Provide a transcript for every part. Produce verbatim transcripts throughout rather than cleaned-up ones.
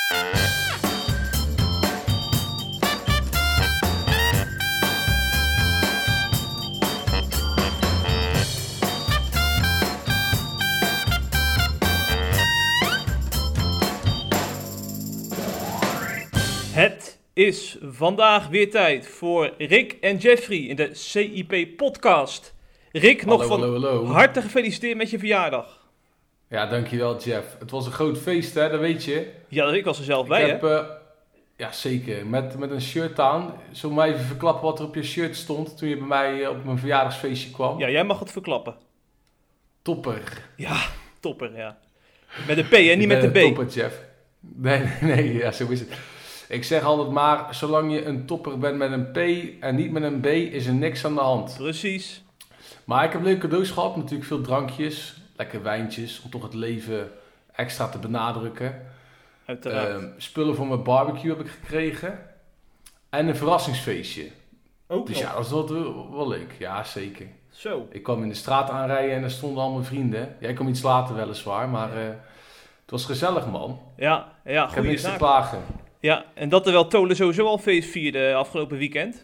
Het is vandaag weer tijd voor Rick en Jeffrey in de C I P-podcast. Rick, hallo, nog van hallo, hallo. harte gefeliciteerd met je verjaardag. Ja, dankjewel Jeff. Het was een groot feest, hè, dat weet je. Ja, Rick was er zelf Ik bij, heb, hè? uh, ja, zeker. Met, met een shirt aan. Zullen we maar even verklappen wat er op je shirt stond toen je bij mij uh, op mijn verjaardagsfeestje kwam? Ja, jij mag het verklappen. Topper. Ja, topper, ja. Met een P, hè? Niet met de B. Topper, Jeff. Nee, nee, nee, ja, zo is het. Ik zeg altijd maar, zolang je een topper bent met een P en niet met een B, is er niks aan de hand. Precies. Maar ik heb leuke cadeaus gehad, natuurlijk veel drankjes, lekker wijntjes, om toch het leven extra te benadrukken. Uiteraard. Uh, spullen voor mijn barbecue heb ik gekregen. En een verrassingsfeestje. Ook Dus nog. ja, dat is wel, wel, wel leuk. Ja, zeker. Zo. Ik kwam in de straat aanrijden en daar stonden al mijn vrienden. Jij kwam iets later weliswaar, maar uh, het was gezellig, man. Ja, ja, Ik heb goede niks te zaak. klagen. Ja, en dat terwijl Tolen sowieso al feest vierde afgelopen weekend.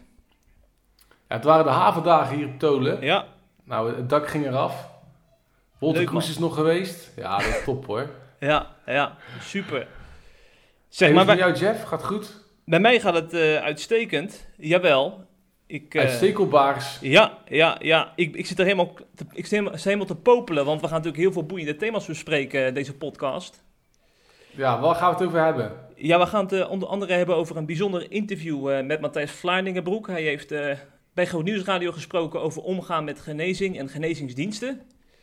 Ja, het waren de havendagen hier op Tolen. Ja, Nou, het dak ging eraf. Wolter Leuk, Kroes man. is nog geweest. Ja, dat is top hoor. ja, ja, super. Zeg Hey, maar, hoe bij, is het met jou, Jeff? Gaat goed? bij mij gaat het uh, uitstekend. Jawel. Ik, uh, Uitstekelbaars. Ja, ja, ja. Ik, ik zit er helemaal te, ik zit helemaal, helemaal te popelen, want we gaan natuurlijk heel veel boeiende thema's bespreken, deze podcast. Ja, waar gaan we het over hebben? Ja, we gaan het uh, onder andere hebben over een bijzonder interview uh, met Matthijs Vlaardingenbroek. Hij heeft uh, bij Groot Nieuwsradio gesproken over omgaan met genezing en genezingsdiensten.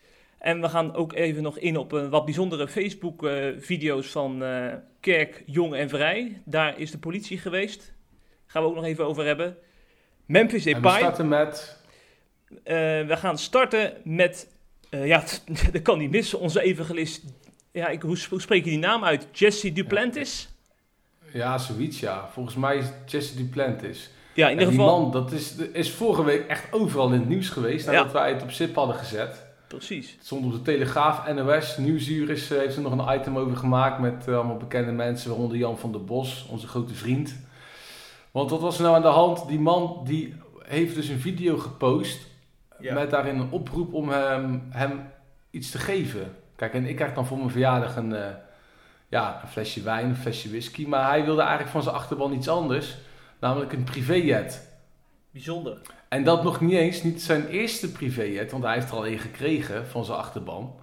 En we gaan ook even nog in op uh, wat bijzondere Facebook-video's uh, van uh, Kerk Jong en Vrij. Daar is de politie geweest. Daar gaan we ook nog even over hebben. Memphis En we Depay. starten met... Uh, we gaan starten met, uh, ja, dat kan niet missen, onze evangelist, ja, ik, hoe, hoe spreek je die naam uit? Jesse Duplantis? Ja, zoiets ja. Volgens mij is het Jesse Duplantis. Ja, in En ieder die geval. man, dat is, is vorige week echt overal in het nieuws geweest, nadat Ja. wij het op Zip hadden gezet. Precies. Het stond op de Telegraaf, N O S, Nieuwsuur is, uh, heeft er nog een item over gemaakt met uh, allemaal bekende mensen, waaronder Jan van der Bos, onze grote vriend. Want wat was er nou aan de hand? Die man die heeft dus een video gepost Ja. met daarin een oproep om hem, hem iets te geven. Kijk, en ik krijg dan voor mijn verjaardag een, uh, ja, een flesje wijn, een flesje whisky, maar hij wilde eigenlijk van zijn achterban iets anders, namelijk een privéjet. Bijzonder. En dat nog niet eens, niet zijn eerste privéjet, want hij heeft er al één gekregen van zijn achterban.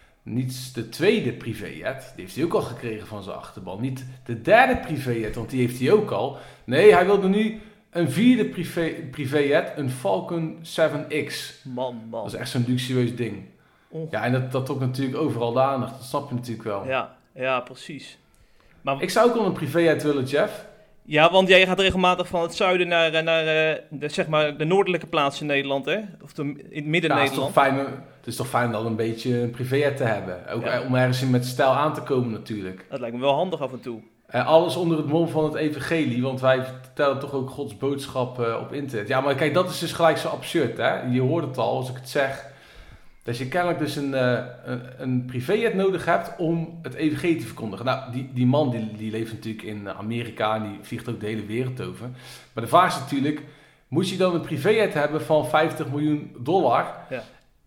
Niet de tweede privéjet, die heeft hij ook al gekregen van zijn achterban. Niet de derde privéjet, want die heeft hij ook al. Nee, hij wilde nu een vierde privé, privéjet, een Falcon zeven X. Man, man. Dat is echt zo'n luxueus ding. Oh. Ja, en dat, dat trok natuurlijk overal de aandacht, dat snap je natuurlijk wel. Ja, ja, precies. Maar, Ik zou ook wel een privéjet willen, Jeff. ja, want jij gaat regelmatig van het zuiden naar, eh, naar uh, de, zeg maar, de noordelijke plaats in Nederland, hè? Of de, in het Ja, het, is midden-Nederland. toch fijn, het is toch fijn dan een beetje een privéjet te hebben. Ook Ja. om ergens in met stijl aan te komen natuurlijk. Dat lijkt me wel handig af en toe. Uh, alles onder het mom van het evangelie, want wij vertellen toch ook Gods boodschap uh, op internet. Ja, maar kijk, dat is dus gelijk zo absurd, hè. Je hoort het al, als ik het zeg, dat je kennelijk dus een, uh, een, een privéjet nodig hebt om het evangelie te verkondigen. Nou, die, die man die, die leeft natuurlijk in Amerika en die vliegt ook de hele wereld over. Maar de vraag is natuurlijk, moet je dan een privéjet hebben van vijftig miljoen dollar? Ja.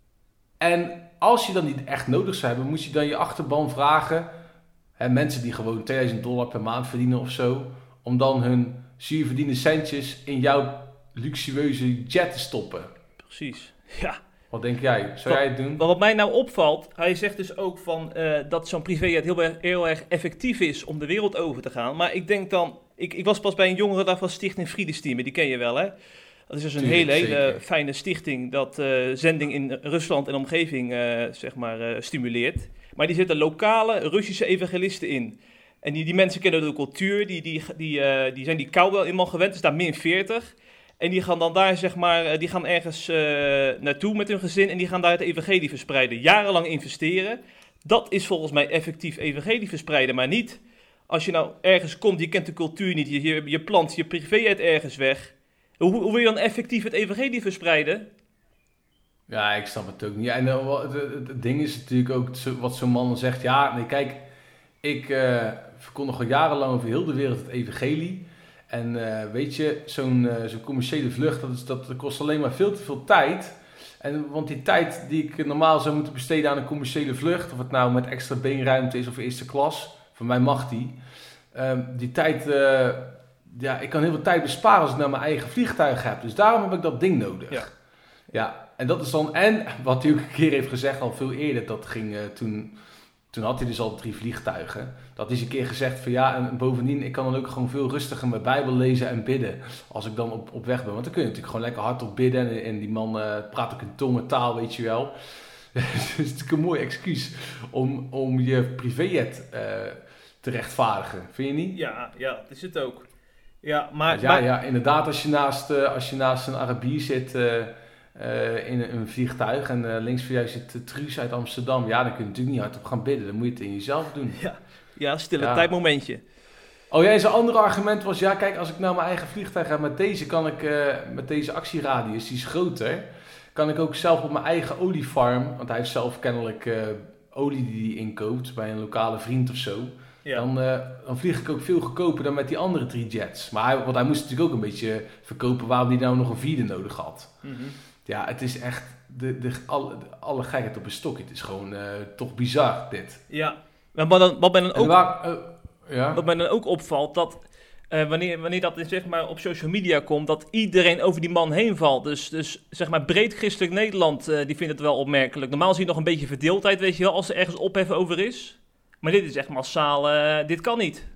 En als je dan niet echt nodig zou hebben, moet je dan je achterban vragen, hè, mensen die gewoon tweeduizend dollar per maand verdienen of zo, om dan hun zuur verdiende centjes in jouw luxueuze jet te stoppen. Precies. Ja. Wat denk jij? Zou jij het doen? Maar wat mij nou opvalt, hij zegt dus ook van, uh, dat zo'n privéjet heel, erg- heel erg effectief is om de wereld over te gaan. Maar ik denk dan, ik, ik was pas bij een jongerendag van Stichting Friedestime, die ken je wel, hè? Dat is dus een Tuurlijk, hele, hele zeker. fijne stichting dat uh, zending in Rusland en omgeving uh, zeg maar, uh, stimuleert. Maar die zitten lokale Russische evangelisten in. En die, die mensen kennen de cultuur, die, die, die, uh, die zijn die kou wel eenmaal gewend, het is daar min veertig. En die gaan dan daar, zeg maar, die gaan ergens uh, naartoe met hun gezin en die gaan daar het evangelie verspreiden. Jarenlang investeren. Dat is volgens mij effectief evangelie verspreiden, maar niet als je nou ergens komt, je kent de cultuur niet, je, je, je plant je privéjet ergens weg. Hoe, hoe wil je dan effectief het evangelie verspreiden? Ja, ik snap het ook niet. Ja, en uh, het, het, het ding is natuurlijk ook zo, wat zo'n man zegt. Ja, nee, kijk, ik uh, verkondig al jarenlang over heel de wereld het evangelie. En uh, weet je, zo'n, uh, zo'n commerciële vlucht, dat, is, dat, dat kost alleen maar veel te veel tijd. En, want die tijd die ik normaal zou moeten besteden aan een commerciële vlucht, of het nou met extra beenruimte is of eerste klas, voor mij mag die. Uh, die tijd, uh, ja, ik kan heel veel tijd besparen als ik nou mijn eigen vliegtuig heb. Dus daarom heb ik dat ding nodig. Ja. Ja, en dat is dan, en wat hij ook een keer heeft gezegd, al veel eerder, dat ging uh, toen, toen had hij dus al drie vliegtuigen. Dat is een keer gezegd van ja, en bovendien, ik kan dan ook gewoon veel rustiger mijn Bijbel lezen en bidden, als ik dan op, op weg ben. Want dan kun je natuurlijk gewoon lekker hardop bidden, en, en die man uh, praat ook in tongentaal, weet je wel. Dus het is natuurlijk een mooi excuus om, om je privéjet uh, te rechtvaardigen, vind je niet? Ja, ja, dat is het ook. Ja, maar, ja, maar... ja, inderdaad, als je naast, uh, als je naast een Arabier zit uh, uh, in een, een vliegtuig en uh, links van jou zit uh, Truus uit Amsterdam, ja, dan kun je natuurlijk niet hardop gaan bidden. Dan moet je het in jezelf doen. Ja, ja stille ja. tijdmomentje. Oh ja, en zijn andere argument was, ja, kijk, als ik nou mijn eigen vliegtuig heb met deze, kan ik uh, met deze actieradius, die is groter, kan ik ook zelf op mijn eigen oliefarm, want hij heeft zelf kennelijk uh, olie die hij inkoopt bij een lokale vriend of zo. Ja. Dan, uh, dan vlieg ik ook veel goedkoper dan met die andere drie jets. Maar hij, want hij moest natuurlijk ook een beetje verkopen waarom hij nou nog een vierde nodig had. Mm-hmm. Ja, het is echt de, de, alle, de, alle gekheid op een stokje. Het is gewoon uh, toch bizar, dit. Ja, maar dan, wat, mij dan ook, waar, uh, ja. wat mij dan ook opvalt, dat uh, wanneer, wanneer dat zeg maar, op social media komt, dat iedereen over die man heen valt. Dus, dus zeg maar breed christelijk Nederland, uh, die vindt het wel opmerkelijk. Normaal zie je nog een beetje verdeeldheid, weet je wel, als er ergens ophef over is. Maar dit is echt massaal, uh, dit kan niet.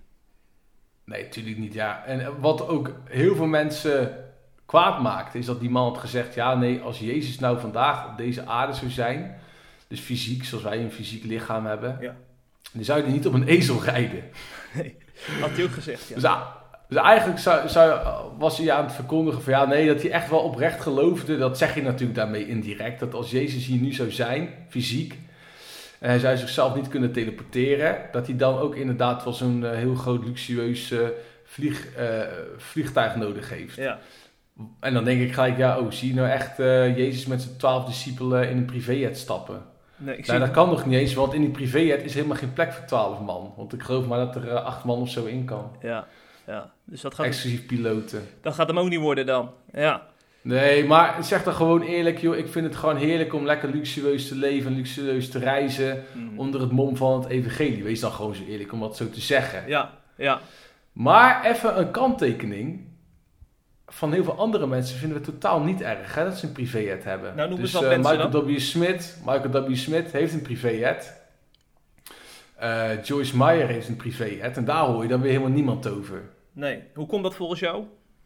Nee, natuurlijk niet, ja. En wat ook heel veel mensen kwaad maakt, is dat die man had gezegd, ja nee, als Jezus nou vandaag op deze aarde zou zijn, dus fysiek, zoals wij een fysiek lichaam hebben, ja. dan zou hij niet op een ezel rijden. Nee, had hij ook gezegd, ja. Dus, dus eigenlijk zou, zou, was hij aan het verkondigen van, ja nee, dat hij echt wel oprecht geloofde, dat zeg je natuurlijk daarmee indirect, dat als Jezus hier nu zou zijn, fysiek, en hij zou zichzelf niet kunnen teleporteren, dat hij dan ook inderdaad wel zo'n uh, heel groot luxueus uh, vlieg, uh, vliegtuig nodig heeft. Ja. En dan denk ik gelijk, ja, oh, zie je nou echt uh, Jezus met zijn twaalf discipelen in een privéjet stappen? Nee, ik nou, zie dat kan nog niet eens, want in die privéjet is helemaal geen plek voor twaalf man. Want ik geloof maar dat er uh, acht man of zo in kan. Ja, ja. Dus dat gaat exclusief piloten. Dat gaat hem ook niet worden dan, ja. Nee, maar zeg dan gewoon eerlijk, joh, ik vind het gewoon heerlijk om lekker luxueus te leven, luxueus te reizen, mm. onder het mom van het evangelie. Wees dan gewoon zo eerlijk om dat zo te zeggen. Ja, ja. Maar even een kanttekening. Van heel veel andere mensen vinden we totaal niet erg, hè, dat ze een privéjet hebben. Nou, noem dus eens uh, wat Michael mensen dan. W. Smith, Michael W. Smith heeft een privéjet. Uh, Joyce Meyer heeft een privéjet en daar hoor je dan weer helemaal niemand over. Nee, hoe komt dat volgens jou?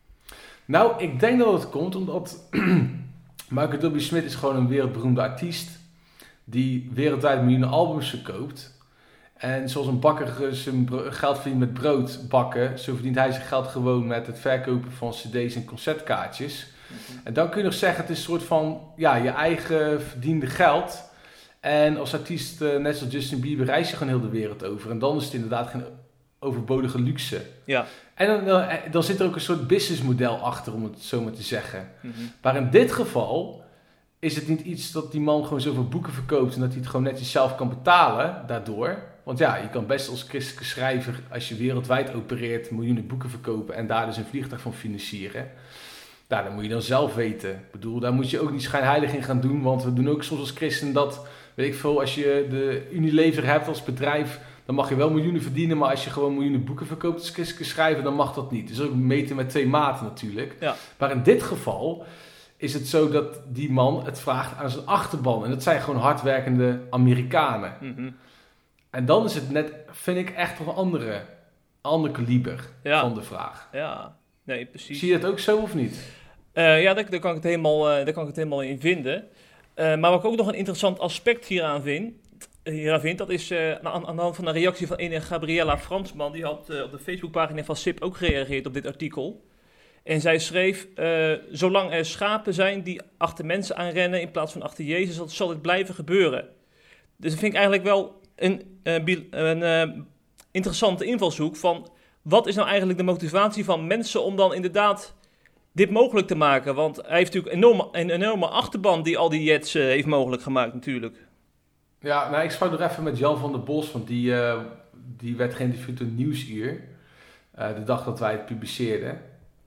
Nou, ik denk dat het komt omdat Michael W. Smith is gewoon een wereldberoemde artiest die wereldwijd miljoenen albums verkoopt. En zoals een bakker zijn geld verdient met brood bakken, zo verdient hij zijn geld gewoon met het verkopen van cd's en concertkaartjes. Mm-hmm. En dan kun je nog zeggen, het is een soort van ja, je eigen verdiende geld. En als artiest, uh, net zoals Justin Bieber, reis je gewoon heel de wereld over. En dan is het inderdaad geen overbodige luxe. Ja. En dan, dan, dan zit er ook een soort businessmodel achter, om het zo maar te zeggen. Mm-hmm. Maar in dit geval is het niet iets dat die man gewoon zoveel boeken verkoopt en dat hij het gewoon netjes zelf kan betalen daardoor. Want ja, je kan best als christelijke schrijver, als je wereldwijd opereert, miljoenen boeken verkopen en daar dus een vliegtuig van financieren. Nou, dat moet je dan zelf weten. Ik bedoel, daar moet je ook niet schijnheilig in gaan doen, want we doen ook soms als christen dat, weet ik veel, als je de Unilever hebt als bedrijf, dan mag je wel miljoenen verdienen, maar als je gewoon miljoenen boeken verkoopt als christelijke schrijver, dan mag dat niet. Dus ook meten met twee maten natuurlijk. Ja. Maar in dit geval is het zo dat die man het vraagt aan zijn achterban. En dat zijn gewoon hardwerkende Amerikanen. Mm-hmm. En dan is het net, vind ik, echt een andere, ander kaliber ja. van de vraag. Ja, nee, precies. Zie je dat ook zo of niet? Uh, ja, daar, daar, kan ik het helemaal, uh, daar kan ik het helemaal in vinden. Uh, maar wat ik ook nog een interessant aspect hieraan vind, hieraan vind dat is uh, aan, aan de hand van een reactie van ene Gabriella Fransman. Die had uh, op de Facebookpagina van S I P ook gereageerd op dit artikel. En zij schreef, uh, zolang er schapen zijn die achter mensen aanrennen in plaats van achter Jezus, dat zal dit blijven gebeuren. Dus dat vind ik eigenlijk wel een, uh, een uh, interessante invalshoek van, wat is nou eigenlijk de motivatie van mensen om dan inderdaad dit mogelijk te maken? Want hij heeft natuurlijk een enorme, een enorme achterban die al die jets uh, heeft mogelijk gemaakt natuurlijk. Ja, nou, ik sprak nog even met Jan van der Bos, want die, uh, die werd geïnterviewd door Nieuwsuur. Uh, de dag dat wij het publiceerden.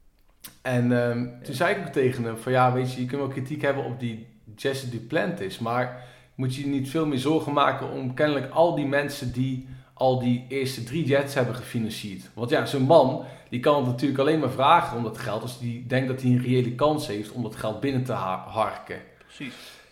En um, ja. toen zei ik ook tegen hem van ja, weet je, je kunt wel kritiek hebben op die Jesse Duplantis, maar moet je niet veel meer zorgen maken om kennelijk al die mensen die al die eerste drie jets hebben gefinancierd. Want ja, zo'n man, die kan het natuurlijk alleen maar vragen om dat geld als hij denkt dat hij een reële kans heeft om dat geld binnen te harken. Precies.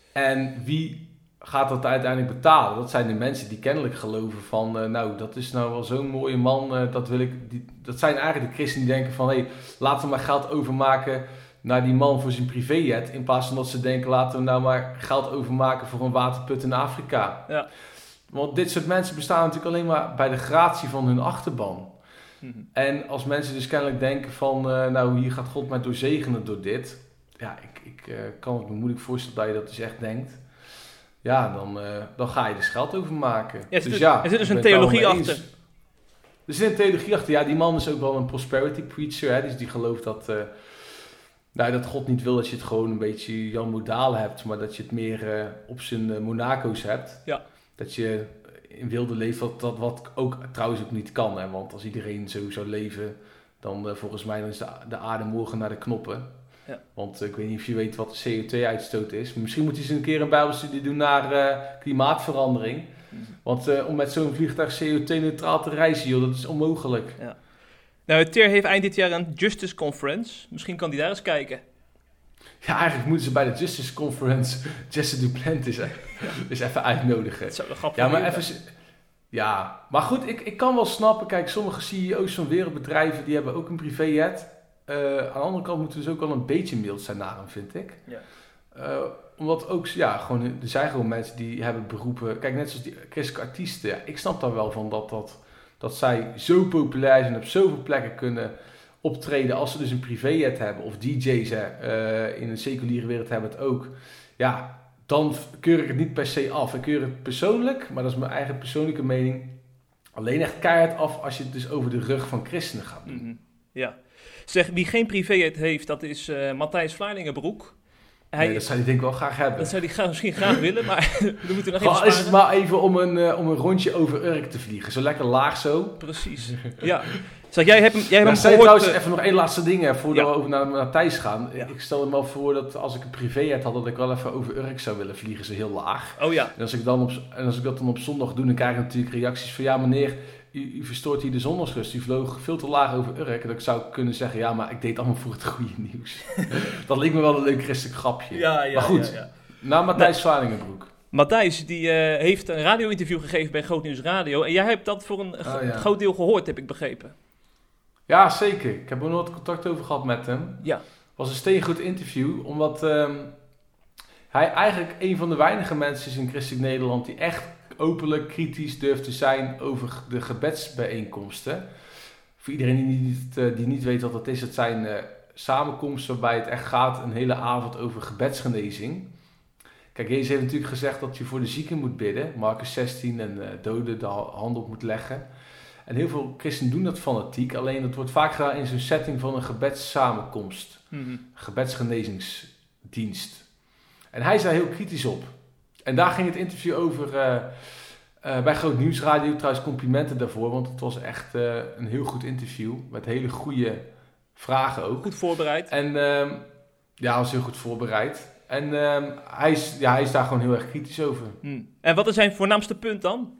En wie gaat dat uiteindelijk betalen? Dat zijn de mensen die kennelijk geloven van, uh, nou, dat is nou wel zo'n mooie man, uh, dat wil ik. Die, dat zijn eigenlijk de christenen die denken van, hé, hey, laten we maar geld overmaken naar die man voor zijn privéjet, in plaats van dat ze denken, laten we nou maar geld overmaken voor een waterput in Afrika. Ja. Want dit soort mensen bestaan natuurlijk alleen maar bij de gratie van hun achterban. Mm-hmm. En als mensen dus kennelijk denken van, uh, nou, hier gaat God mij doorzegenen door dit. Ja, ik, ik uh, kan het me moeilijk voorstellen dat je dat dus echt denkt. Ja, dan, uh, dan ga je dus geld overmaken. Ja, er zit, dus ja, er zit dus een theologie achter. Er zit een theologie achter. Ja, die man is ook wel een prosperity preacher. Hè, dus die gelooft dat, uh, nou, dat God niet wil dat je het gewoon een beetje Jan Modaal hebt. Maar dat je het meer uh, op zijn uh, Monaco's hebt. Ja. Dat je in wilde leeft, dat, dat wat ook trouwens ook niet kan. Hè? Want als iedereen zo zou leven, dan uh, volgens mij dan is de, de aarde morgen naar de knoppen. Ja. Want uh, ik weet niet of je weet wat de C O twee uitstoot is. Maar misschien moet je eens een keer een bijbelstudie doen naar uh, klimaatverandering. Mm-hmm. Want uh, om met zo'n vliegtuig C O twee neutraal te reizen, joh, dat is onmogelijk. Ja. Nou, T E R heeft eind dit jaar een Justice Conference. Misschien kan die daar eens kijken. Ja, eigenlijk moeten ze bij de Justice Conference Jesse Duplantis ja. dus even uitnodigen. Dat zou wel grappig ja, maar even, ja, maar goed, ik, ik kan wel snappen. Kijk, sommige C E O's van wereldbedrijven die hebben ook een privéjet. Uh, aan de andere kant moeten we dus ook wel een beetje mild zijn naar hem, vind ik. Ja. Uh, omdat ook, ja, gewoon, er zijn gewoon mensen die hebben beroepen. Kijk, net zoals die christelijke artiesten. Ja, ik snap daar wel van dat, dat, dat zij zo populair zijn en op zoveel plekken kunnen optreden als ze dus een privéjet hebben. Of D J's hè, uh, in een seculiere wereld hebben het ook. Ja, dan keur ik het niet per se af. Ik keur het persoonlijk, maar dat is mijn eigen persoonlijke mening. Alleen echt keihard af als je het dus over de rug van christenen gaat doen. Mm-hmm. Ja. Zeg, wie geen privéjet heeft, dat is uh, Matthijs Vlaardingenbroek. Hij, nee, dat zou hij denk ik wel graag hebben. Dat zou hij graag, misschien graag willen, maar we moeten nog Gewoon, even is het maar even om een, uh, om een rondje over Urk te vliegen. Zo lekker laag zo. Precies, ja. Zeg, jij hebt hem, jij hebt hem gehoord... trouwens uh, even nog één laatste ding hè, voordat ja. we over naar Matthijs gaan. Ja. Ik stel me wel voor dat als ik een privéjet had, dat ik wel even over Urk zou willen vliegen. Zo heel laag. Oh ja. En als ik, dan op, en als ik dat dan op zondag doe, dan krijg ik natuurlijk reacties van... Ja meneer, u, u verstoort hier de zondagsrust. U vloog veel te laag over Urk. En dat ik zou kunnen zeggen, ja maar ik deed allemaal voor het goede nieuws. Dat leek me wel een leuk christelijk grapje. Ja, ja, maar goed, ja, ja. naar Matthijs Vlaardingenbroek. Matthijs, die uh, heeft een radio-interview gegeven bij Groot Nieuws Radio. En jij hebt dat voor een oh, ja. groot deel gehoord, heb ik begrepen. Ja, zeker. Ik heb er nooit contact over gehad met hem. Ja. Het was een steengoed interview, omdat um, hij eigenlijk een van de weinige mensen is in christelijk Nederland die echt openlijk kritisch durft te zijn over de gebedsbijeenkomsten. Voor iedereen die niet, uh, die niet weet wat dat is, het zijn uh, samenkomsten waarbij het echt gaat een hele avond over gebedsgenezing. Kijk, Jezus heeft natuurlijk gezegd dat je voor de zieken moet bidden, Marcus zestien, en uh, doden de hand op moet leggen. En heel veel christenen doen dat fanatiek, alleen dat wordt vaak gedaan in zo'n setting van een gebedssamenkomst, mm-hmm. gebedsgenezingsdienst. En hij is daar heel kritisch op. En daar ging het interview over uh, uh, bij Groot Nieuws Radio, trouwens complimenten daarvoor, want het was echt uh, een heel goed interview, met hele goede vragen ook. Goed voorbereid. En uh, ja, hij was heel goed voorbereid. En uh, hij, is, ja, hij is daar gewoon heel erg kritisch over. Mm. En wat is zijn voornaamste punt dan?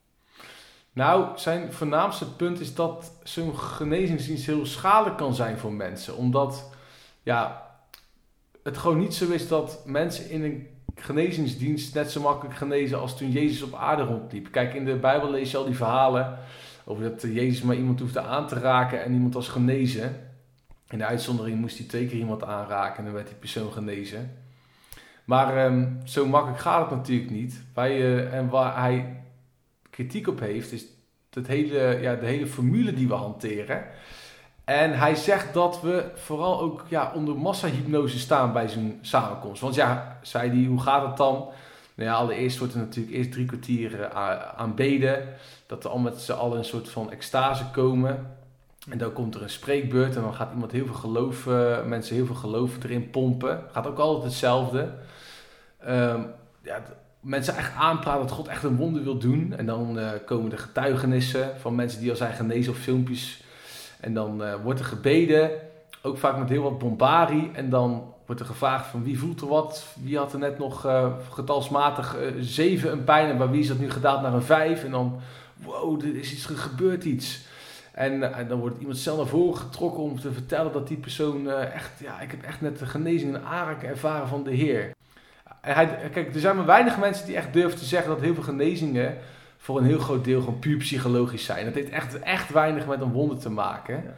Nou, zijn voornaamste punt is dat zo'n genezingsdienst heel schadelijk kan zijn voor mensen. Omdat ja, het gewoon niet zo is dat mensen in een genezingsdienst net zo makkelijk genezen als toen Jezus op aarde rondliep. Kijk, in de Bijbel lees je al die verhalen over dat Jezus maar iemand hoefde aan te raken en iemand was genezen. In de uitzondering moest hij twee keer iemand aanraken en dan werd die persoon genezen. Maar um, zo makkelijk gaat het natuurlijk niet. Wij, uh, en waar hij kritiek op heeft, is het hele, ja, de hele formule die we hanteren. En hij zegt dat we vooral ook ja, onder massahypnose staan bij zo'n samenkomst. Want ja, zei hij, hoe gaat het dan? Nou ja, allereerst wordt er natuurlijk eerst drie kwartier aanbeden. Dat we al met z'n allen een soort van extase komen. En dan komt er een spreekbeurt en dan gaat iemand heel veel geloof, uh, mensen heel veel geloof erin pompen. Gaat ook altijd hetzelfde. Um, ja, mensen echt aanpraten dat God echt een wonder wil doen. En dan uh, komen de getuigenissen van mensen die al zijn genezen of filmpjes. En dan uh, wordt er gebeden, ook vaak met heel wat bombarie. En dan wordt er gevraagd van wie voelt er wat? Wie had er net nog uh, getalsmatig uh, zeven een pijn en bij wie is dat nu gedaald naar een vijf? En dan, wow, er is iets, er gebeurt iets. En, uh, en dan wordt iemand zelf naar voren getrokken om te vertellen dat die persoon uh, echt, ja, ik heb echt net de genezing en aanraking ervaren van de Heer. En hij, kijk, er zijn maar weinig mensen die echt durven te zeggen dat heel veel genezingen voor een heel groot deel gewoon puur psychologisch zijn. Dat heeft echt, echt weinig met een wonder te maken. Ja.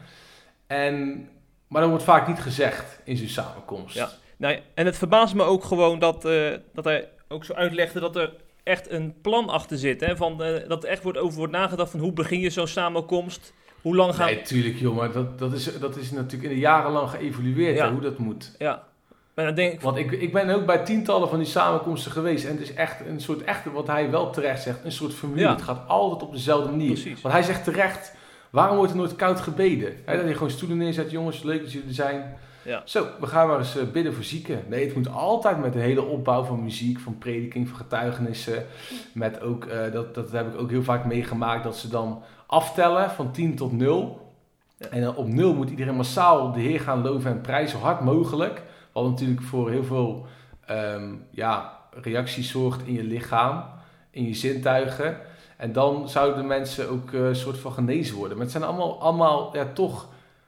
En, maar dat wordt vaak niet gezegd in zo'n samenkomst. Ja. Nou, en het verbaast me ook gewoon dat, uh, dat hij ook zo uitlegde dat er echt een plan achter zit. Hè? Van, uh, dat er echt wordt over wordt nagedacht van hoe begin je zo'n samenkomst? Hoe lang gaan... Nee, tuurlijk joh, maar dat, dat, is, dat is natuurlijk in de jarenlang geëvolueerd, ja. Hè, hoe dat moet. Ja. Maar dan denk ik... Want ik, ik ben ook bij tientallen van die samenkomsten geweest. En het is echt een soort, echt, wat hij wel terecht zegt, een soort formule. Ja. Het gaat altijd op dezelfde manier. Precies. Want hij zegt terecht, waarom wordt er nooit koud gebeden? He, dat je gewoon stoelen neerzet, jongens, leuk dat jullie er zijn. Ja. Zo, we gaan maar eens bidden voor zieken. Nee, het moet altijd met een hele opbouw van muziek, van prediking, van getuigenissen. Met ook, uh, dat, dat heb ik ook heel vaak meegemaakt, dat ze dan aftellen van tien tot nul. Ja. En dan op nul moet iedereen massaal de Heer gaan loven en prijzen, zo hard mogelijk. Wat natuurlijk voor heel veel um, ja, reacties zorgt in je lichaam, in je zintuigen. En dan zouden mensen ook uh, een soort van genezen worden. Maar het zijn allemaal, allemaal ja, toch,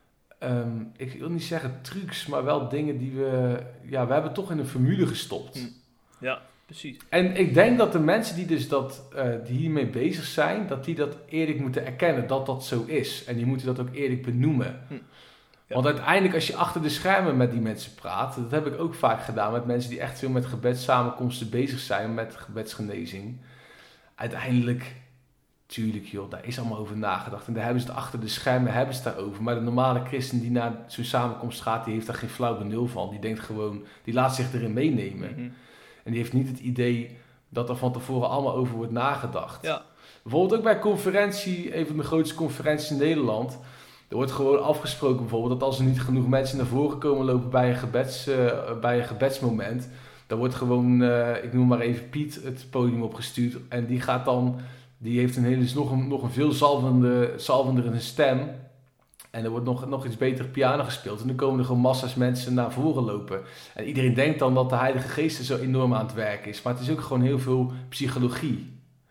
um, ik wil niet zeggen trucs, maar wel dingen die we, ja, we hebben toch in een formule gestopt. Ja, precies. En ik denk dat de mensen die dus dat, uh, die hiermee bezig zijn, dat die dat eerlijk moeten erkennen dat dat zo is. En die moeten dat ook eerlijk benoemen. Hm. Ja. Want uiteindelijk als je achter de schermen met die mensen praat, dat heb ik ook vaak gedaan met mensen die echt veel met gebedssamenkomsten bezig zijn, met gebedsgenezing. Uiteindelijk, tuurlijk joh, daar is allemaal over nagedacht. En daar hebben ze het achter de schermen, hebben ze het daarover. Maar de normale christen die naar zo'n samenkomst gaat, die heeft daar geen flauw benul van. Die denkt gewoon, die laat zich erin meenemen. Mm-hmm. En die heeft niet het idee dat er van tevoren allemaal over wordt nagedacht. Ja. Bijvoorbeeld ook bij conferentie, een van de grootste conferenties in Nederland. Er wordt gewoon afgesproken bijvoorbeeld dat als er niet genoeg mensen naar voren komen lopen bij een, gebeds, uh, bij een gebedsmoment, dan wordt gewoon, uh, ik noem maar even Piet, het podium opgestuurd. En die gaat dan, die heeft een hele, is nog een, nog een veel zalvende, zalvendere stem. En er wordt nog, nog iets beter piano gespeeld. En dan komen er gewoon massa's mensen naar voren lopen. En iedereen denkt dan dat de Heilige Geest er zo enorm aan het werk is. Maar het is ook gewoon heel veel psychologie.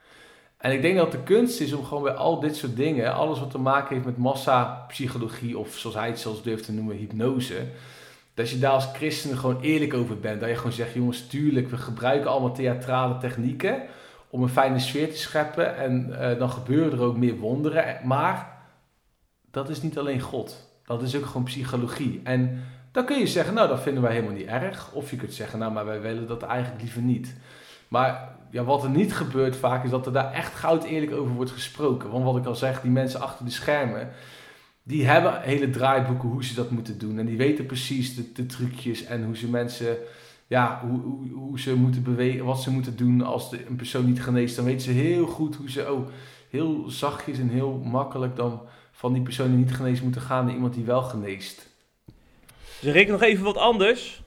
En ik denk dat de kunst is om gewoon bij al dit soort dingen, alles wat te maken heeft met massapsychologie, of zoals hij het zelfs durft te noemen, hypnose, dat je daar als christen gewoon eerlijk over bent. Dat je gewoon zegt, jongens, tuurlijk, we gebruiken allemaal theatrale technieken om een fijne sfeer te scheppen. En uh, dan gebeuren er ook meer wonderen. Maar dat is niet alleen God. Dat is ook gewoon psychologie. En dan kun je zeggen, nou, dat vinden wij helemaal niet erg. Of je kunt zeggen, nou, maar wij willen dat eigenlijk liever niet. Maar ja, wat er niet gebeurt vaak is dat er daar echt goud eerlijk over wordt gesproken. Want wat ik al zeg, die mensen achter de schermen, die hebben hele draaiboeken hoe ze dat moeten doen. En die weten precies de, de trucjes en hoe ze mensen, ja, hoe, hoe, hoe ze moeten bewegen, wat ze moeten doen als de, een persoon niet geneest. Dan weten ze heel goed hoe ze, oh, heel zachtjes en heel makkelijk dan van die persoon die niet geneest moeten gaan naar iemand die wel geneest. Dus ik reken nog even wat anders.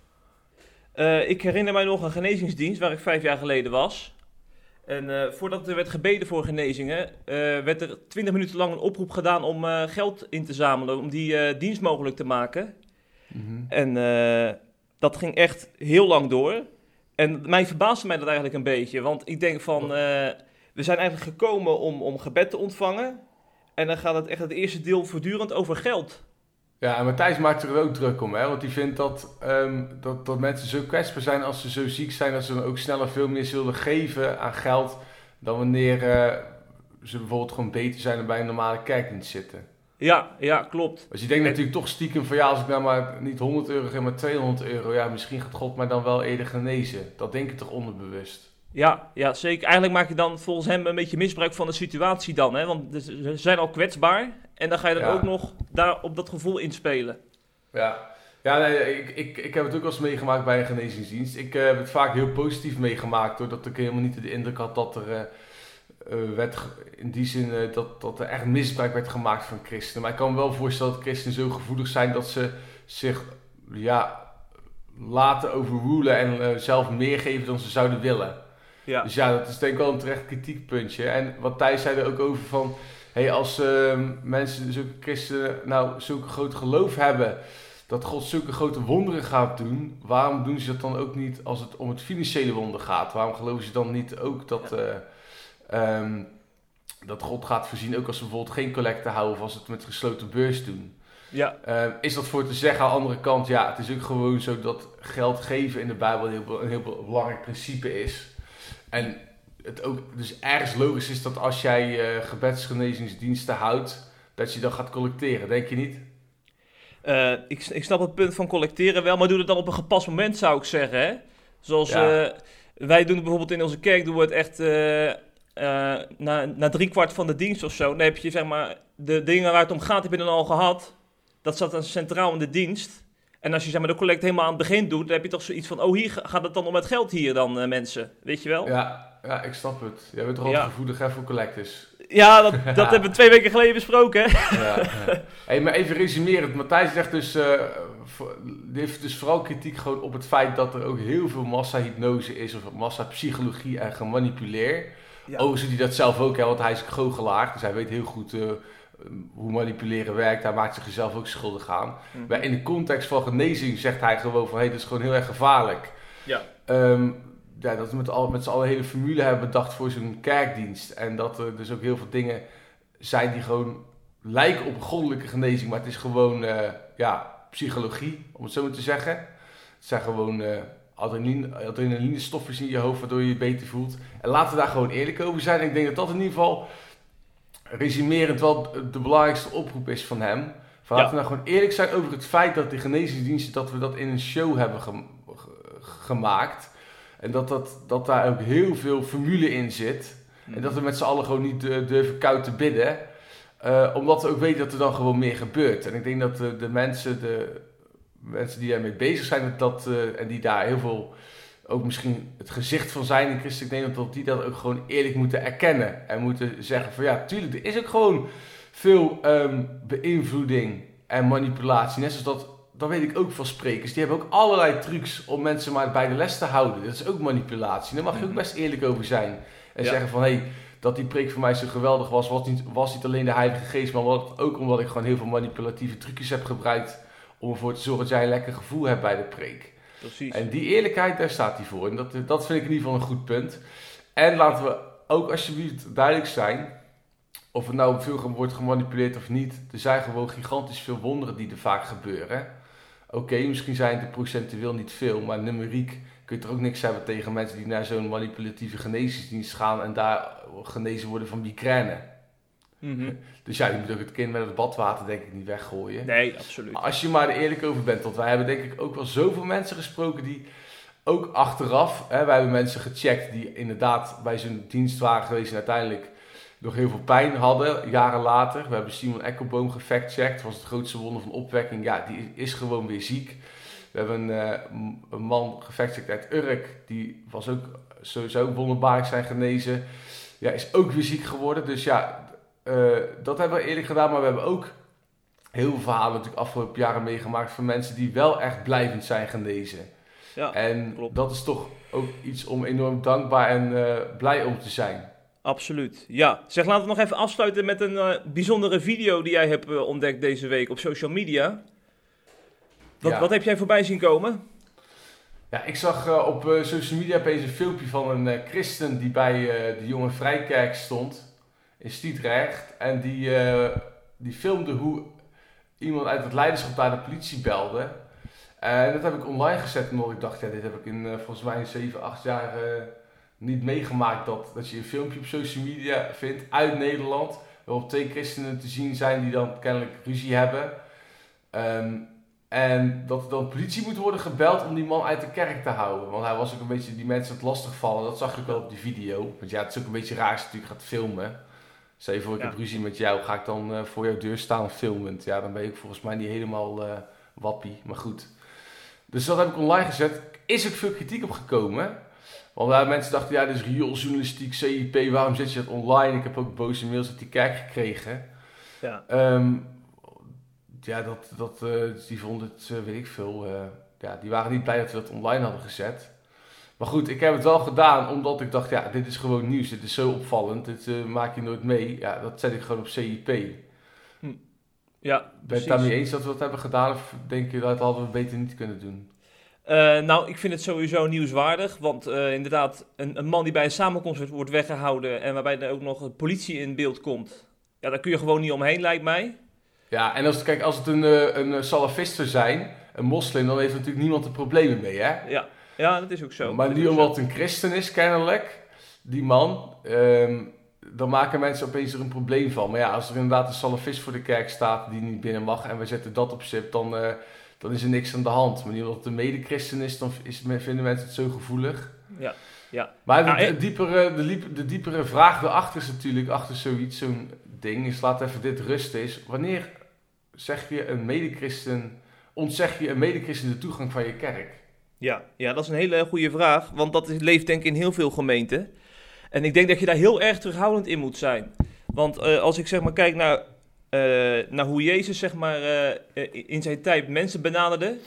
Uh, ik herinner mij nog een genezingsdienst waar ik vijf jaar geleden was. En uh, voordat er werd gebeden voor genezingen, uh, werd er twintig minuten lang een oproep gedaan om uh, geld in te zamelen, om die uh, dienst mogelijk te maken. Mm-hmm. En uh, dat ging echt heel lang door. En mij verbaasde mij dat eigenlijk een beetje, want ik denk van, uh, we zijn eigenlijk gekomen om, om gebed te ontvangen. En dan gaat het echt het eerste deel voortdurend over geld. Ja, en Matthijs maakt er ook druk om, hè? Want die vindt dat, um, dat, dat mensen zo kwetsbaar zijn als ze zo ziek zijn, dat ze dan ook sneller veel meer zullen geven aan geld dan wanneer uh, ze bijvoorbeeld gewoon beter zijn dan bij een normale kerkdienst zitten. Ja, ja, klopt. Dus je denkt en... natuurlijk toch stiekem van ja, als ik nou maar niet honderd euro geef, maar tweehonderd euro, ja, misschien gaat God mij dan wel eerder genezen. Dat denk ik toch onderbewust. Ja, ja, zeker. Eigenlijk maak je dan volgens hem een beetje misbruik van de situatie dan, hè? Want ze zijn al kwetsbaar en dan ga je dan ja. ook nog daar op dat gevoel inspelen. Ja, ja nee, ik, ik, ik heb het ook wel eens meegemaakt bij een genezingsdienst. Ik uh, heb het vaak heel positief meegemaakt, doordat ik helemaal niet de indruk had dat er uh, uh, werd, in die zin uh, dat, dat er echt misbruik werd gemaakt van christenen. Maar ik kan me wel voorstellen dat christenen zo gevoelig zijn dat ze zich ja, laten overrulen en uh, zelf meer geven dan ze zouden willen. Ja. Dus ja, dat is denk ik wel een terecht kritiekpuntje. En wat Thijs zei er ook over van... Hey, als uh, mensen, zulke christenen, nou zulke groot geloof hebben... dat God zulke grote wonderen gaat doen... waarom doen ze dat dan ook niet als het om het financiële wonder gaat? Waarom geloven ze dan niet ook dat... Uh, um, dat God gaat voorzien, ook als ze bijvoorbeeld geen collecte houden... of als ze het met gesloten beurs doen? Ja. Uh, is dat voor te zeggen aan de andere kant? Ja, het is ook gewoon zo dat geld geven in de Bijbel... een heel, een heel belangrijk principe is... En het ook dus ergens logisch is dat als jij uh, gebedsgenezingsdiensten houdt, dat je dan gaat collecteren, denk je niet? Uh, ik, ik snap het punt van collecteren wel, maar doe het dan op een gepast moment, zou ik zeggen. Hè? Zoals ja. uh, wij doen het bijvoorbeeld in onze kerk, doen we het echt uh, uh, na, na drie kwart van de dienst of zo. Dan heb je zeg maar de dingen waar het om gaat, heb je dan al gehad. Dat zat dan centraal in de dienst. En als je zeg maar, de collect helemaal aan het begin doet, dan heb je toch zoiets van... oh, hier gaat het dan om het geld hier dan, uh, mensen. Weet je wel? Ja, ja, ik snap het. Jij bent toch altijd ja. gevoelig hè, voor collectors? Ja, dat, dat hebben we twee weken geleden besproken. Hè? Ja, ja. Hey, maar even resumerend. Matthijs zegt dus... Uh, voor, die heeft dus vooral kritiek gewoon op het feit dat er ook heel veel massahypnose is... of massapsychologie en gemanipuleer. Ja. Overigens doet hij dat zelf ook, hè, want hij is goochelaar. Dus hij weet heel goed... Uh, hoe manipuleren werkt, hij maakt zich er zelf ook schuldig aan. Mm-hmm. Maar in de context van genezing zegt hij gewoon van... hé, hey, dat is gewoon heel erg gevaarlijk. Ja. Um, ja, dat we met, al, met z'n allen een hele formule hebben bedacht voor zo'n kerkdienst. En dat er dus ook heel veel dingen zijn die gewoon lijken op goddelijke genezing... maar het is gewoon uh, ja, psychologie, om het zo maar te zeggen. Het zijn gewoon uh, adrenaline, adrenaline stoffen in je hoofd... waardoor je je beter voelt. En laten we daar gewoon eerlijk over zijn. En ik denk dat dat in ieder geval... resumerend wel de belangrijkste oproep is van hem. Van ja. Laten we nou gewoon eerlijk zijn over het feit dat de genezingsdiensten... dat we dat in een show hebben ge- ge- gemaakt. En dat, dat, dat daar ook heel veel formule in zit. Mm. En dat we met z'n allen gewoon niet uh, durven koud te bidden. Uh, omdat we ook weten dat er dan gewoon meer gebeurt. En ik denk dat de, de mensen, de mensen die daarmee bezig zijn met dat... Uh, en die daar heel veel... ook misschien het gezicht van zijn in christelijk Nederland... dat die dat ook gewoon eerlijk moeten erkennen. En moeten zeggen van ja, tuurlijk, er is ook gewoon veel um, beïnvloeding en manipulatie. Net zoals dat, dat weet ik ook van sprekers. Die hebben ook allerlei trucs om mensen maar bij de les te houden. Dat is ook manipulatie. Daar mag je ook best eerlijk over zijn. En ja. zeggen van hé, hey, dat die preek voor mij zo geweldig was... was niet, was niet alleen de Heilige Geest... maar wat, ook omdat ik gewoon heel veel manipulatieve trucjes heb gebruikt... om ervoor te zorgen dat jij een lekker gevoel hebt bij de preek. Precies. En die eerlijkheid, daar staat hij voor. En dat, dat vind ik in ieder geval een goed punt. En laten we ook alsjeblieft duidelijk zijn... of het nou veel wordt gemanipuleerd of niet... er zijn gewoon gigantisch veel wonderen die er vaak gebeuren. Oké, okay, misschien zijn het er procentueel niet veel... maar numeriek kun je er ook niks hebben tegen mensen... die naar zo'n manipulatieve genezingsdienst gaan... en daar genezen worden van migraine. Mm-hmm. Dus ja, je moet ook het kind met het badwater denk ik niet weggooien. Nee, absoluut. Maar als je maar er eerlijk over bent, want wij hebben denk ik ook wel zoveel mensen gesproken die ook achteraf, hè, wij hebben mensen gecheckt die inderdaad bij zo'n dienst waren geweest en uiteindelijk nog heel veel pijn hadden, jaren later. We hebben Simon Eckelboom gefactcheckt, was het grootste wonder van opwekking. Ja, die is gewoon weer ziek. We hebben een, uh, een man gefactcheckt uit Urk, die was ook sowieso wonderbaarlijk zijn genezen. Ja, is ook weer ziek geworden, dus ja... Uh, dat hebben we eerlijk gedaan, maar we hebben ook heel veel verhalen natuurlijk afgelopen jaren meegemaakt van mensen die wel echt blijvend zijn genezen. Ja, en klopt. Dat is toch ook iets om enorm dankbaar en uh, blij om te zijn. Absoluut, ja. Zeg, laten we nog even afsluiten met een uh, bijzondere video die jij hebt uh, ontdekt deze week op social media. Wat, ja. wat heb jij voorbij zien komen? Ja, ik zag uh, op uh, social media opeens een filmpje van een uh, christen die bij uh, de Jonge Vrijkerk stond. In Stiedrecht. En die, uh, die filmde hoe iemand uit het leiderschap daar de politie belde. En dat heb ik online gezet. Omdat ik dacht, ja, dit heb ik in uh, volgens mij zeven, acht jaar uh, niet meegemaakt. Dat, dat je een filmpje op social media vindt uit Nederland. Waarop twee christenen te zien zijn die dan kennelijk ruzie hebben. Um, en dat er dan politie moet worden gebeld om die man uit de kerk te houden. Want hij was ook een beetje die mensen het lastigvallen. Dat zag ik wel op die video. Want ja, het is ook een beetje raar als je natuurlijk gaat filmen. Stel je voor, ik ja. heb ruzie met jou, ga ik dan uh, voor jouw deur staan filmend? Ja, dan ben ik volgens mij niet helemaal uh, wappie, maar goed. Dus dat heb ik online gezet. Is ook veel kritiek op gekomen. Want uh, mensen dachten, ja, dit is riooljournalistiek, C I P, waarom zet je dat online? Ik heb ook boze mails uit die kerk gekregen. Ja, um, ja dat, dat, uh, die vonden het, uh, weet ik veel, uh, ja, die waren niet blij dat we dat online hadden gezet. Maar goed, ik heb het wel gedaan omdat ik dacht, ja, dit is gewoon nieuws. Dit is zo opvallend. Dit uh, maak je nooit mee. Ja, dat zet ik gewoon op C I P. Hm. Ja, ben je precies. het daarmee eens dat we dat hebben gedaan? Of denk je dat hadden we beter niet kunnen doen? Uh, nou, ik vind het sowieso nieuwswaardig. Want uh, inderdaad, een, een man die bij een samenkomst wordt weggehouden en waarbij er ook nog een politie in beeld komt. Ja, daar kun je gewoon niet omheen, lijkt mij. Ja, en als, kijk, als het een, een, een salafist zou zijn, een moslim, dan heeft natuurlijk niemand er problemen mee, hè? Ja, ja dat is ook zo. Maar nu omdat het een christen is, kennelijk, die man, um, dan maken mensen opeens er een probleem van. Maar ja, als er inderdaad een salafist voor de kerk staat die niet binnen mag en we zetten dat op zip, dan, uh, dan is er niks aan de hand. Maar nu omdat het een mede-christen is, dan is, vinden mensen het zo gevoelig. Ja, ja. Maar de, ja, de, diepere, de, de diepere vraag erachter is natuurlijk, achter zoiets, zo'n ding, is laat even dit rusten, is wanneer zeg je een mede-christen, ontzeg je een mede-christen de toegang van je kerk? Ja, ja, dat is een hele goede vraag, want dat is, leeft denk ik in heel veel gemeenten. En ik denk dat je daar heel erg terughoudend in moet zijn. Want uh, als ik zeg maar kijk naar, uh, naar hoe Jezus zeg maar uh, in zijn tijd mensen benaderde,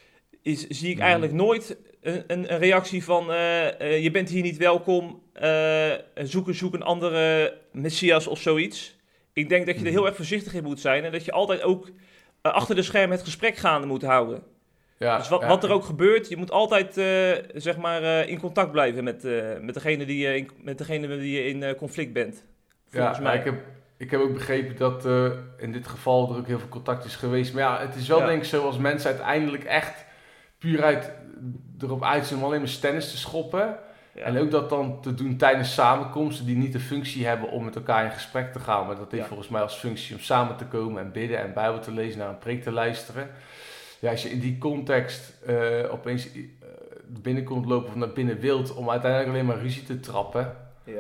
is, zie ik eigenlijk nooit een, een, een reactie van uh, uh, je bent hier niet welkom, uh, zoek, zoek een andere Messias of zoiets. Ik denk dat je er heel erg voorzichtig in moet zijn en dat je altijd ook uh, achter de schermen het gesprek gaande moet houden. Ja, dus wat, ja. wat er ook gebeurt, je moet altijd uh, zeg maar, uh, in contact blijven met, uh, met, degene die je in, met degene die je in uh, conflict bent. Volgens ja, mij. Ja, ik, heb, ik heb ook begrepen dat uh, in dit geval er ook heel veel contact is geweest. Maar ja, het is wel ja. denk ik zo als mensen uiteindelijk echt puur uit erop uit zijn om alleen maar stennis te schoppen. Ja. En ook dat dan te doen tijdens samenkomsten die niet de functie hebben om met elkaar in gesprek te gaan. Maar dat heeft ja. volgens mij als functie om samen te komen en bidden en Bijbel te lezen, naar een preek te luisteren. Ja, als je in die context uh, opeens uh, binnenkomt lopen of naar binnen wilt om uiteindelijk alleen maar ruzie te trappen. Ja,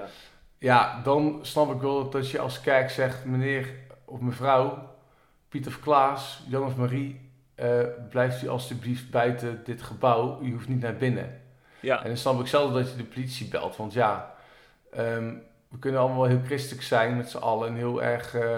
ja dan snap ik wel dat je als kerk zegt, meneer of mevrouw, Piet of Klaas, Jan of Marie, uh, blijft u alstublieft buiten dit gebouw, u hoeft niet naar binnen. Ja. En dan snap ik zelf dat je de politie belt, want ja, um, we kunnen allemaal wel heel christelijk zijn met z'n allen en heel erg... Uh,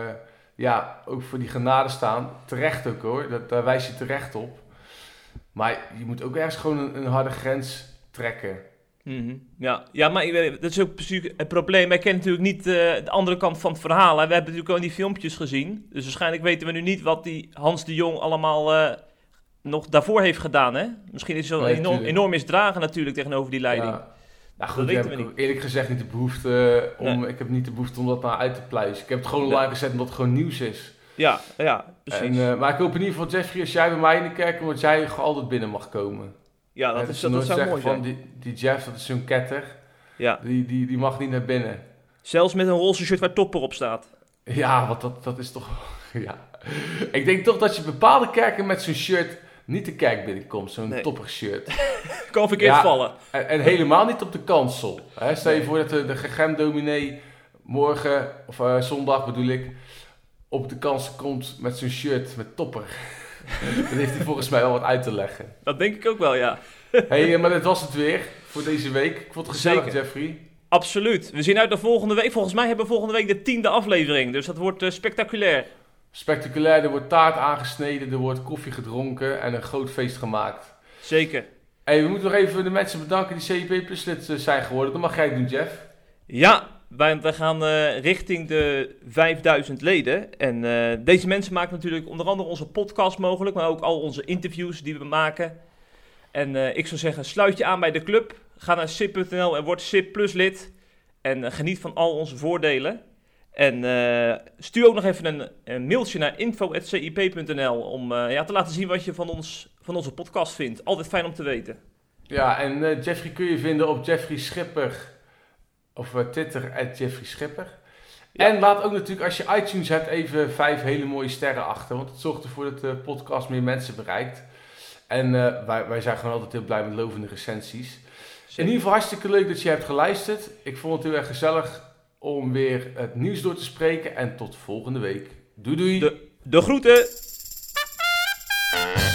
ja, ook voor die genade staan. Terecht ook hoor, dat, daar wijs je terecht op. Maar je moet ook ergens gewoon een, een harde grens trekken. Mm-hmm. Ja. ja, maar dat is ook precies het probleem. Wij kennen natuurlijk niet uh, de andere kant van het verhaal. Hè. We hebben natuurlijk al die filmpjes gezien. Dus waarschijnlijk weten we nu niet wat die Hans de Jong allemaal uh, nog daarvoor heeft gedaan. Hè? Misschien is het nee, enorm, enorm misdragen natuurlijk tegenover die leiding. Ja. Nou goed, ik heb ik eerlijk gezegd niet de behoefte om, nee. ik heb niet de behoefte om dat nou uit te pluizen. Ik heb het gewoon online nee. gezet omdat het gewoon nieuws is. Ja, ja, precies. En, uh, maar ik hoop in ieder geval, Jeffrey, als jij bij mij in de kerk komt, dat jij gewoon altijd binnen mag komen. Ja, dat, ja, is, dat, dat zou mooi zijn. Van die, die Jeff, dat is zo'n ketter, ja. die, die, die mag niet naar binnen. Zelfs met een roze shirt waar topper op staat. Ja, want dat, dat is toch... ja. Ik denk toch dat je bepaalde kerken met zo'n shirt... niet de kerk binnenkomt, zo'n nee. topper shirt. Kan verkeerd ja, vallen. En, en helemaal niet op de kansel. Hè? Stel je nee. voor dat de, de gegem-dominee morgen, of uh, zondag bedoel ik, op de kansel komt met zo'n shirt met topper. Dan heeft hij volgens mij wel wat uit te leggen. Dat denk ik ook wel, ja. Hey, maar dit was het weer voor deze week. Ik vond het gezellig, Zeker. Jeffrey. Absoluut. We zien uit de volgende week. Volgens mij hebben we volgende week de tiende aflevering. Dus dat wordt uh, spectaculair. Spectaculair, er wordt taart aangesneden, er wordt koffie gedronken en een groot feest gemaakt. Zeker. Hey, we moeten nog even de mensen bedanken die C I P Plus lid zijn geworden. Dat mag jij doen, Jeff. Ja, wij, wij gaan uh, richting de vijfduizend leden. En uh, deze mensen maken natuurlijk onder andere onze podcast mogelijk, maar ook al onze interviews die we maken. En uh, ik zou zeggen, sluit je aan bij de club. Ga naar S I P punt n l en word S I P Plus lid. En uh, geniet van al onze voordelen. En uh, stuur ook nog even een, een mailtje naar info at c i p punt n l om uh, ja, te laten zien wat je van, ons, van onze podcast vindt. Altijd fijn om te weten. Ja, en uh, Jeffrey kun je vinden op Jeffrey Schipper of uh, Twitter at Jeffrey Schipper. Ja. En laat ook natuurlijk als je iTunes hebt even vijf hele mooie sterren achter, want het zorgt ervoor dat de podcast meer mensen bereikt. En uh, wij, wij zijn gewoon altijd heel blij met lovende recensies. Zeker. In ieder geval hartstikke leuk dat je hebt geluisterd. Ik vond het heel erg gezellig om weer het nieuws door te spreken. En tot volgende week. Doei doei. De, de groeten.